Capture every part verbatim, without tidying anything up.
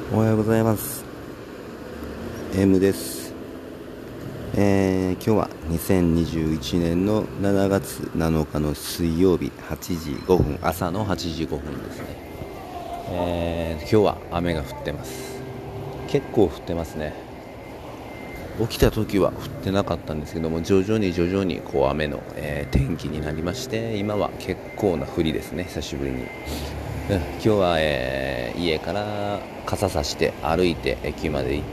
おはようございます。 M です。えー、今日はにせんにじゅういちねんのしちがつなのかの水曜日はちじごふん、朝のはちじごふんですね。えー、今日は雨が降ってます。結構降ってますね。起きた時は降ってなかったんですけども、徐々に徐々にこう雨の、えー天気になりまして、今は結構な降りですね。久しぶりに。うん、今日は、えー家から傘さして歩いて駅まで行って、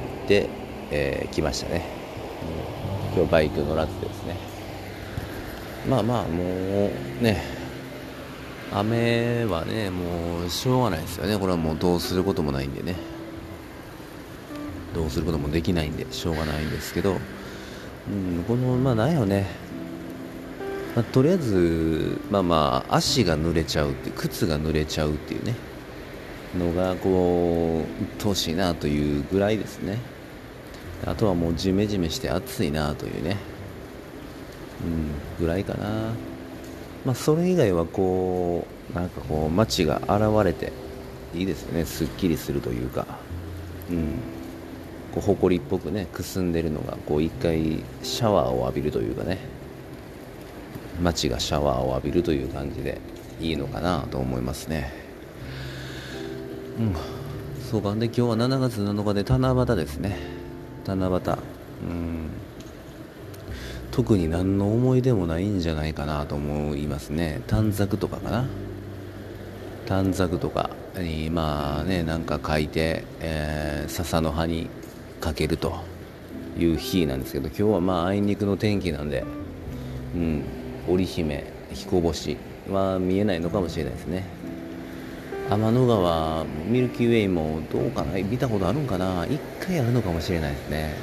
えー来ましたね。今日バイク乗らずですね。まあまあもうね、雨はねもうしょうがないですよね。これはもうどうすることもないんでね、どうすることもできないんでしょうがないんですけど、うん、このまあなんやろね、まあ、とりあえずまあまあ足が濡れちゃうっていう、靴が濡れちゃうっていうねのがこう鬱陶しいなというぐらいですね。あとはもうジメジメして暑いなというね、うん、ぐらいかな。まあそれ以外はこうなんかこう街が現れていいですよね。すっきりするというか、うん、こう埃っぽくねくすんでるのがこう一回シャワーを浴びるというかね、街がシャワーを浴びるという感じでいいのかなと思いますね。うん、そうか。で今日はしちがつなのかで七夕ですね。七夕、うん、特に何の思い出もないんじゃないかなと思いますね。短冊とかかな。短冊とかにまあねなんか書いて、えー笹の葉にかけるという日なんですけど、今日はまああいにくの天気なんで、うん、織姫彦星は見えないのかもしれないですね。天の川ミルキーウェイもどうかな、見たことあるんかな。一回あるのかもしれないですね。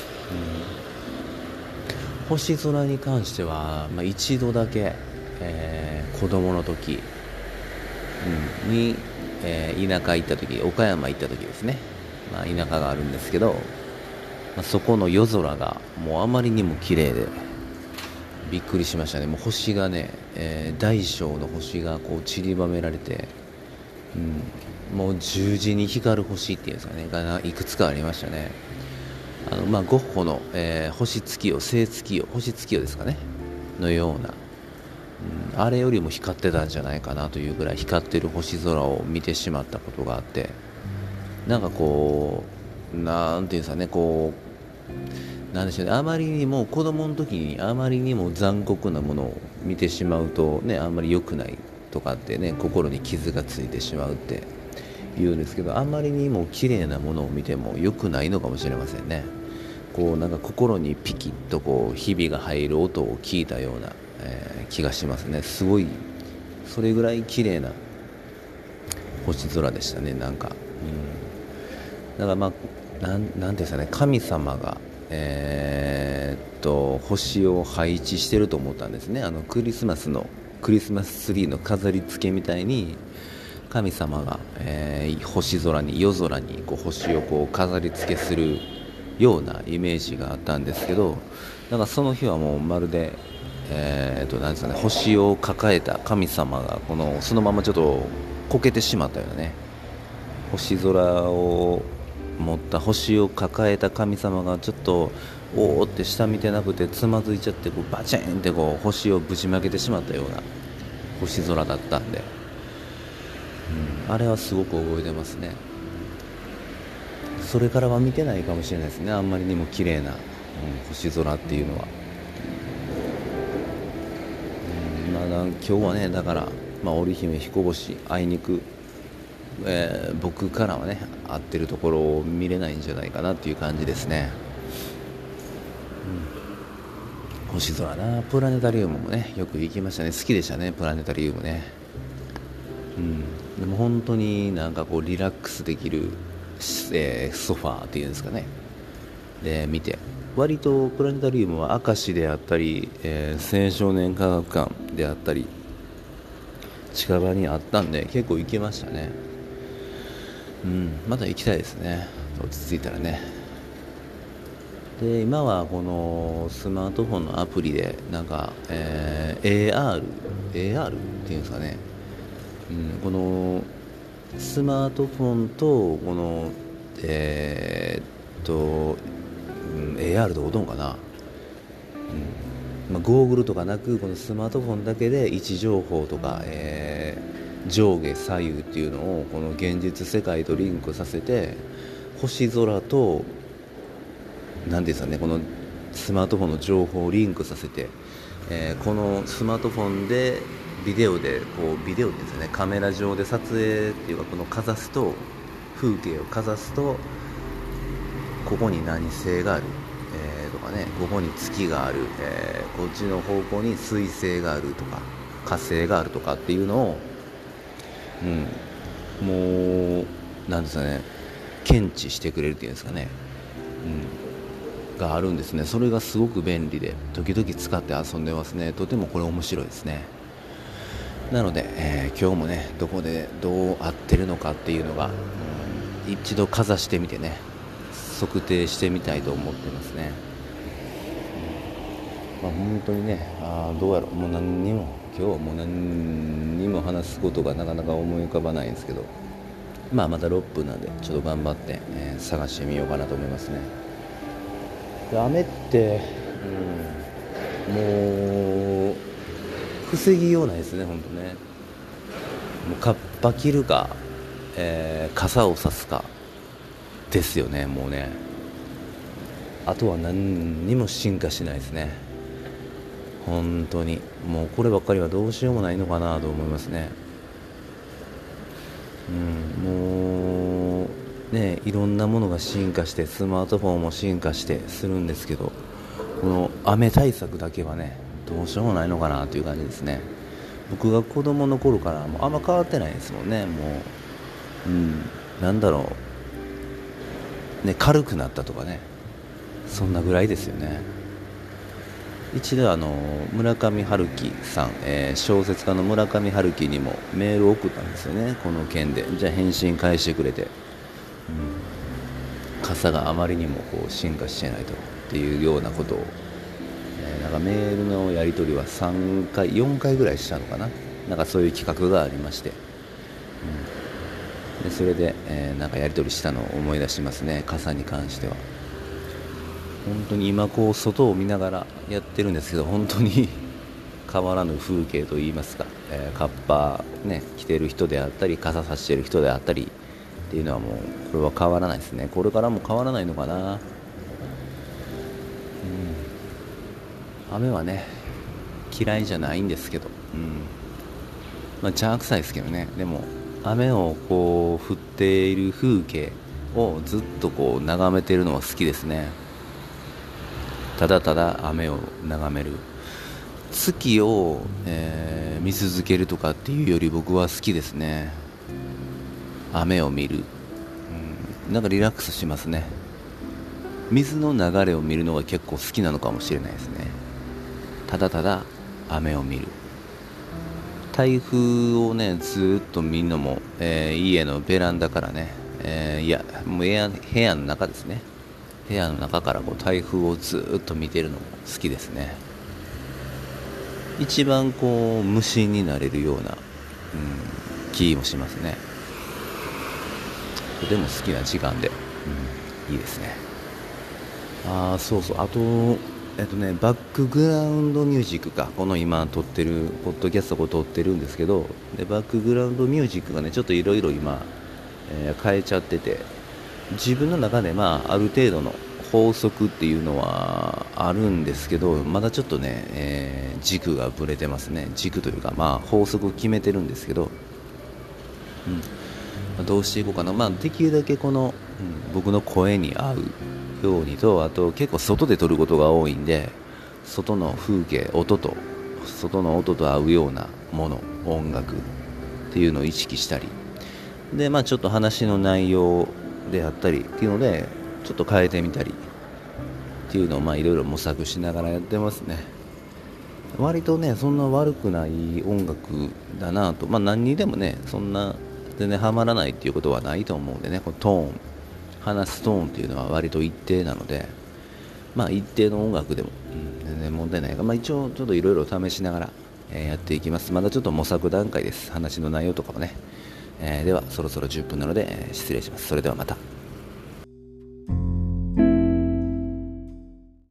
星空に関しては、まあ、一度だけ、えー子供の時、うんに、えー田舎行った時、岡山行った時ですね。まあ、田舎があるんですけど、まあ、そこの夜空がもうあまりにも綺麗でびっくりしましたね。もう星がね、えー大小の星がこう散りばめられて、うん、もう十字に光る星っていうんですかね、がいくつかありましたね。あのまあゴッホの、えー星月夜星月夜星月夜ですかねのような、うん、あれよりも光ってたんじゃないかなというぐらい光ってる星空を見てしまったことがあって、なんかこうなんていうんですかね、こうなんでしょうね、あまりにも子供の時にあまりにも残酷なものを見てしまうとね、あんまり良くないとかってね、心に傷がついてしまうって言うんですけど、あまりにも綺麗なものを見ても良くないのかもしれませんね。こうなんか心にピキッとこうひびが入る音を聞いたような、えー気がしますね。すごいそれぐらい綺麗な星空でしたね。なんか、うん、だからまあなんなんていうんですかね、神様がえーっと星を配置してると思ったんですね。あのクリスマスのクリスマスツリーの飾り付けみたいに神様が、えー星空に夜空にこう星をこう飾り付けするようなイメージがあったんですけど、だからその日はもうまるで、えー、となんですかね、星を抱えた神様がこのそのままちょっとこけてしまったようなね、星空を持った星を抱えた神様がちょっとおーって下見てなくてつまずいちゃって、こうバチンってこう星をぶちまけてしまったような星空だったんで、あれはすごく覚えてますね。それからは見てないかもしれないですね、あんまりにも綺麗な、うん、星空っていうのは。まあ、今日はねだから、まあ、織姫彦星あいにく、えー僕からはね合ってるところを見れないんじゃないかなっていう感じですね。星空な、プラネタリウムもねよく行きましたね。好きでしたね、プラネタリウムね。うん、でも本当になんかこうリラックスできる、えーソファーっていうんですかね、で見て、割とプラネタリウムは明石であったり、えー青少年科学館であったり近場にあったんで結構行きましたね。うん、また行きたいですね、落ち着いたらね。で今はこのスマートフォンのアプリでなんか、えー エーアール エーアール っていうんですかね、うん、このスマートフォンとこのえー、っと、うん、エーアール で踊んかな、うんまあ、ゴーグルとかなくこのスマートフォンだけで位置情報とか、えー、上下左右っていうのをこの現実世界とリンクさせて、星空と何ていうんですかね、このスマートフォンの情報をリンクさせて、えー、このスマートフォンでビデオでこうビデオですね、カメラ上で撮影っていうか、このかざすと風景をかざすとここに何星がある、えー、とかね、ここに月がある、えー、こっちの方向に水星があるとか火星があるとかっていうのを、うん、もうなんですかね、検知してくれるっていうんですかね、うん、があるんですね。それがすごく便利で時々使って遊んでますね。とてもこれ面白いですね。なので、えー、今日もねどこでどう合ってるのかっていうのが、うん、一度かざしてみてね測定してみたいと思ってますね。まあ、本当にね、あどうやろう、もう何にも今日はもう何にも話すことがなかなか思い浮かばないんですけど、まあまたろっぷんなんでちょっと頑張って、えー、探してみようかなと思いますね。で雨って、うん、もう防ぎようないですね、本当ね。もうカッパ着るか、えー、傘を差すかですよね。もうね、あとは何にも進化しないですね、本当に。もうこればっかりはどうしようもないのかなと思いますね。うん、もうね、いろんなものが進化してスマートフォンも進化してするんですけど、この雨対策だけはねどうしようもないのかなという感じですね。僕が子供の頃からもうあんま変わってないですもんね。もう、うん、なんだろうね、軽くなったとかね、そんなぐらいですよね。一度あの村上春樹さん、えー、小説家の村上春樹にもメールを送ったんですよね、この件で。じゃあ返信返してくれて、うん、傘があまりにもこう進化してないとっていうようなことを、えー、なんかメールのやり取りはさんかいよんかいぐらいしたのかな、なんかそういう企画がありまして、うん、でそれで、えー、なんかやり取りしたのを思い出しますね、傘に関しては。本当に今こう外を見ながらやってるんですけど、本当に変わらぬ風景といいますか、えー、カッパ、ね、着てる人であったり傘差してる人であったりっていうのはもうこれは変わらないですね。これからも変わらないのかな。うん、雨はね嫌いじゃないんですけど、うん、まあ邪悪さいですけどね。でも雨をこう降っている風景をずっとこう眺めているのは好きですね。ただただ雨を眺める、月を、えー見続けるとかっていうより僕は好きですね、雨を見る。うん、なんかリラックスしますね。水の流れを見るのが結構好きなのかもしれないですね。ただただ雨を見る。台風をねずっと見るのも、えー家のベランダからね、えーいやもう部屋部屋の中ですね、部屋の中からこう台風をずっと見てるのも好きですね。一番こう無心になれるような、うん、気もしますね。とても好きな時間で、うん、いいですね。ああそうそう、あとえっとねバックグラウンドミュージックか、この今撮ってるポッドキャストを撮ってるんですけど、でバックグラウンドミュージックがねちょっといろいろ今、えー変えちゃってて、自分の中でまあある程度の法則っていうのはあるんですけど、まだちょっとね、えー軸がぶれてますね。軸というかまあ法則を決めてるんですけど、うんまあどうしていこうかな。まあできるだけこの、うん僕の声に合うようにと、あと結構外で撮ることが多いんで、外の風景、音と外の音と合うようなもの、音楽っていうのを意識したりで、まあちょっと話の内容であったりっていうのでちょっと変えてみたりっていうのをまあいろいろ模索しながらやってますね。割とねそんな悪くない音楽だなと、まあ何にでもねそんな全然ハマらないっていうことはないと思うんでね、このトーン、話すトーンっていうのは割と一定なので、まあ一定の音楽でも、うん、全然問題ないが、まあ一応ちょっといろいろ試しながら、えーやっていきます。まだちょっと模索段階です、話の内容とかもね。えーではそろそろじゅっぷんなので、えー失礼します。それではまた。